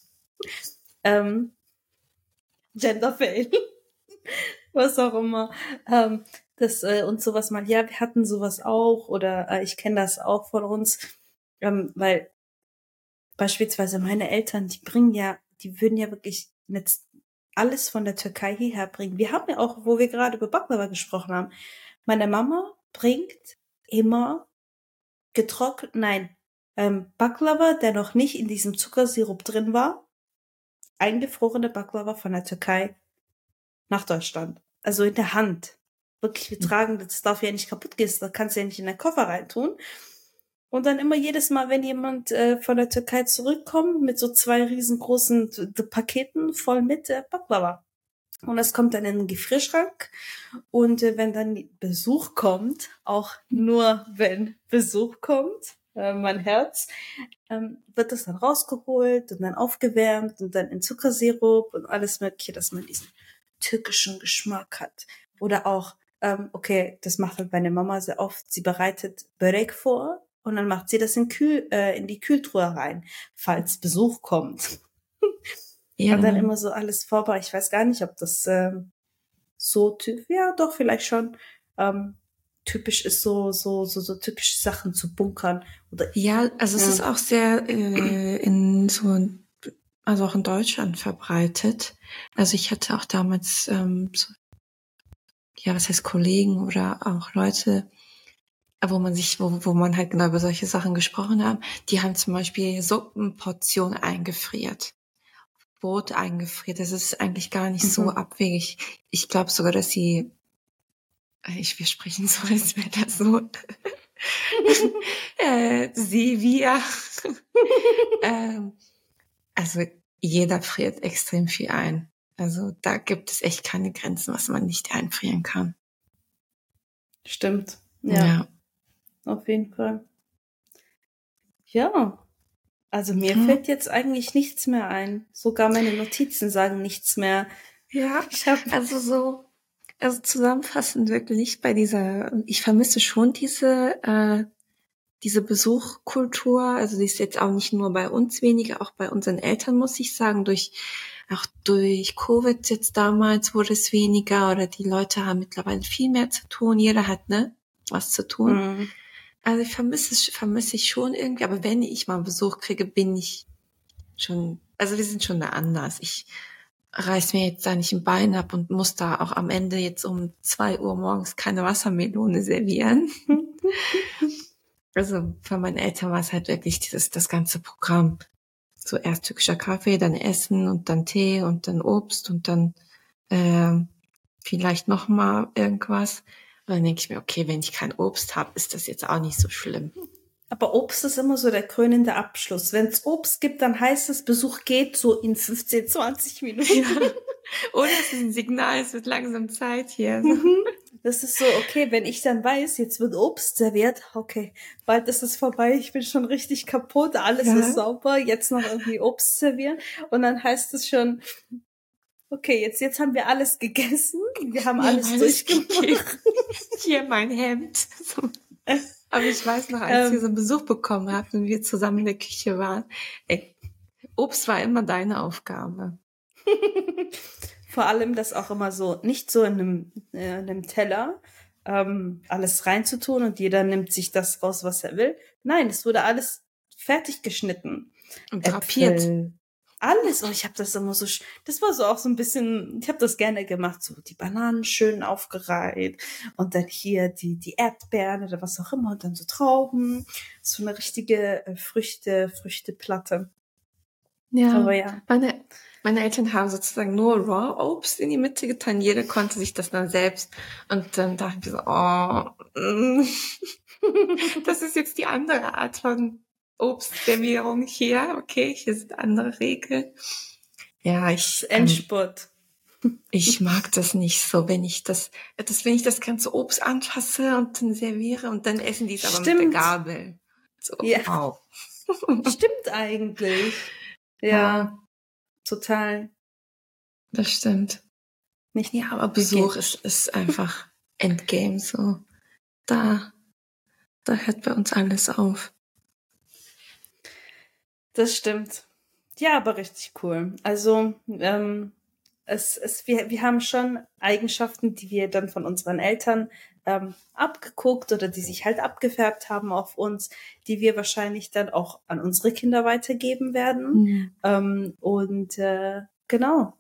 Genderfail. Was auch immer. Das und sowas mal, ja, wir hatten sowas auch oder ich kenne das auch von uns, weil beispielsweise meine Eltern, die würden ja wirklich jetzt alles von der Türkei hierher bringen. Wir haben ja auch, wo wir gerade über Baklava gesprochen haben, meine Mama bringt immer Baklava, der noch nicht in diesem Zuckersirup drin war, eingefrorene Baklava von der Türkei nach Deutschland. Also in der Hand. Wirklich, wir tragen, das darf ja nicht kaputt gehen, das kannst du ja nicht in den Koffer reintun. Und dann immer jedes Mal, wenn jemand von der Türkei zurückkommt, mit so 2 riesengroßen Paketen voll mit Baklava. Und das kommt dann in den Gefrierschrank. Und wenn dann Besuch kommt, auch nur wenn Besuch kommt, mein Herz, wird das dann rausgeholt und dann aufgewärmt und dann in Zuckersirup und alles Mögliche, dass man diesen türkischen Geschmack hat. Oder auch, okay, das macht halt meine Mama sehr oft, sie bereitet Börek vor und dann macht sie das in die Kühltruhe rein, falls Besuch kommt. Ja. Und dann immer so alles vorbereitet. Ich weiß gar nicht, ob das ja doch, vielleicht schon typisch ist, so türkische Sachen zu bunkern. Oder,
ja, also es ist auch sehr also auch in Deutschland verbreitet. Also ich hatte auch damals was heißt Kollegen oder auch Leute, wo man halt genau über solche Sachen gesprochen haben, die haben zum Beispiel Suppenportionen eingefriert. Brot eingefriert. Das ist eigentlich gar nicht so abwegig. Ich glaube sogar, dass wir sprechen so, als wäre das so wir. Also jeder friert extrem viel ein. Also da gibt es echt keine Grenzen, was man nicht einfrieren kann.
Stimmt. Ja. Auf jeden Fall. Ja. Also mir fällt jetzt eigentlich nichts mehr ein. Sogar meine Notizen sagen nichts mehr.
Ja, also zusammenfassend wirklich ich vermisse schon diese Besuchkultur. Also die ist jetzt auch nicht nur bei uns weniger, auch bei unseren Eltern, muss ich sagen. Durch Covid jetzt damals wurde es weniger oder die Leute haben mittlerweile viel mehr zu tun. Jeder hat, was zu tun. Also ich vermisse ich schon irgendwie, aber wenn ich mal Besuch kriege, bin ich schon, also wir sind schon da anders. Ich reiß mir jetzt da nicht ein Bein ab und muss da auch am Ende jetzt um 2 Uhr morgens keine Wassermelone servieren. Also für meine Eltern war es halt wirklich das ganze Programm. So erst türkischer Kaffee, dann Essen und dann Tee und dann Obst und dann vielleicht noch mal irgendwas. Und dann denke ich mir, okay, wenn ich kein Obst habe, ist das jetzt auch nicht so schlimm.
Aber Obst ist immer so der krönende Abschluss. Wenn es Obst gibt, dann heißt es, Besuch geht so in 15, 20 Minuten. Ja.
Oder es ist ein Signal, es wird langsam Zeit hier.
Das ist so, okay, wenn ich dann weiß, jetzt wird Obst serviert, okay, bald ist es vorbei, ich bin schon richtig kaputt, alles ist sauber, jetzt noch irgendwie Obst servieren und dann heißt es schon, okay, jetzt haben wir alles gegessen, wir haben alles durchgemacht.
Hier mein Hemd. So. Aber ich weiß noch, als wir so einen Besuch bekommen haben und wir zusammen in der Küche waren, ey, Obst war immer deine Aufgabe.
Vor allem das auch immer so, nicht so in einem Teller alles reinzutun und jeder nimmt sich das raus, was er will. Nein, es wurde alles fertig geschnitten.
Und drapiert.
Äpfel, alles. Und ich habe das immer so, das war so auch so ein bisschen, ich habe das gerne gemacht, so die Bananen schön aufgereiht und dann hier die Erdbeeren oder was auch immer und dann so Trauben. So eine richtige Früchteplatte.
Ja,
Aber ja.
Meine Eltern haben sozusagen nur Raw-Obst in die Mitte getan. Jeder konnte sich das dann selbst. Und dann dachte ich so, das ist jetzt die andere Art von Obstservierung hier. Okay, hier sind andere Regeln. Ja,
Endspurt.
Ich mag das nicht so, wenn ich das ganze Obst anfasse und dann serviere und dann essen die es aber mit der Gabel. So,
ja.
Wow.
Stimmt eigentlich. Ja, total.
Das stimmt.
Nicht
ja, aber Besuch ist einfach Endgame, so. Da hört bei uns alles auf.
Das stimmt. Ja, aber richtig cool. Also, wir haben schon Eigenschaften, die wir dann von unseren Eltern abgeguckt oder die sich halt abgefärbt haben auf uns, die wir wahrscheinlich dann auch an unsere Kinder weitergeben werden. Genau.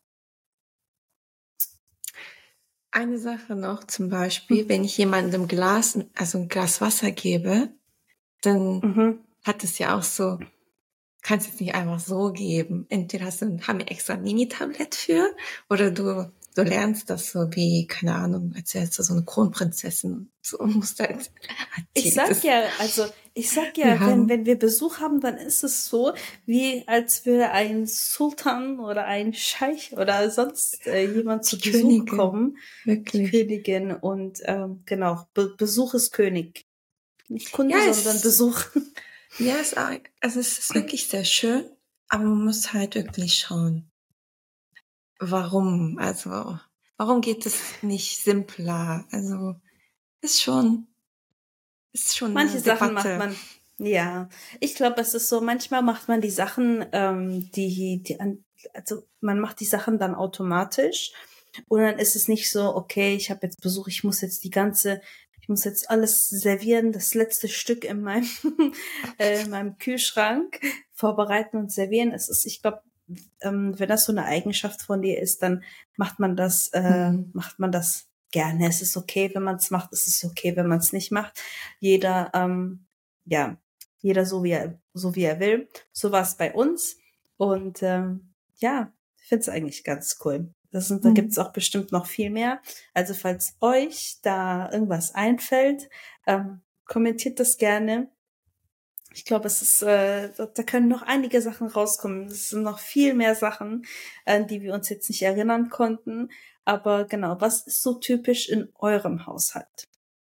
Eine Sache noch zum Beispiel, wenn ich jemandem ein Glas Wasser gebe, dann hat es ja auch so, kannst es nicht einfach so geben. Entweder haben wir extra ein Mini-Tablett für, oder du lernst das so wie, keine Ahnung, als wärst du so eine Kronprinzessin. So musst du halt
Ich sag ja, wenn wir Besuch haben, dann ist es so, wie als würde ein Sultan oder ein Scheich oder sonst jemand zu Besuch kommen.
Wirklich.
Die Königin und genau, Besuch ist König. Nicht Kunde, sondern Besuch.
Ja, es ist wirklich sehr schön, aber man muss halt wirklich schauen, warum geht es nicht simpler? Also, ist schon
manche Sachen macht man, ja, ich glaube, es ist so, manchmal macht man die Sachen, also man macht die Sachen dann automatisch und dann ist es nicht so, okay, ich habe jetzt Besuch, ich muss jetzt alles servieren, das letzte Stück in meinem Kühlschrank vorbereiten und servieren. Ich glaube, wenn das so eine Eigenschaft von dir ist, dann macht man das gerne. Es ist okay, wenn man es macht. Es ist okay, wenn man es nicht macht. Jeder so wie er will. So war es bei uns. Und ich finde es eigentlich ganz cool. Da gibt's auch bestimmt noch viel mehr. Also falls euch da irgendwas einfällt, kommentiert das gerne. Ich glaube, es ist, da können noch einige Sachen rauskommen. Es sind noch viel mehr Sachen, an die wir uns jetzt nicht erinnern konnten. Aber genau, was ist so typisch in eurem Haushalt?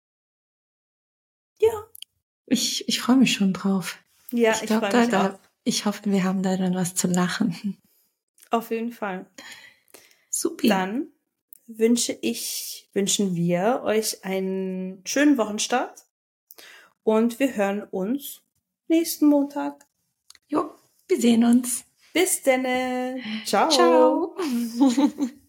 Ja.
Ich freue mich schon drauf.
Ja, ich freue mich auch.
Ich hoffe, wir haben da dann was zu lachen.
Auf jeden Fall.
Supi.
Dann wünschen wir euch einen schönen Wochenstart und wir hören uns nächsten Montag.
Jo, wir sehen uns.
Bis denne. Ciao.
Ciao.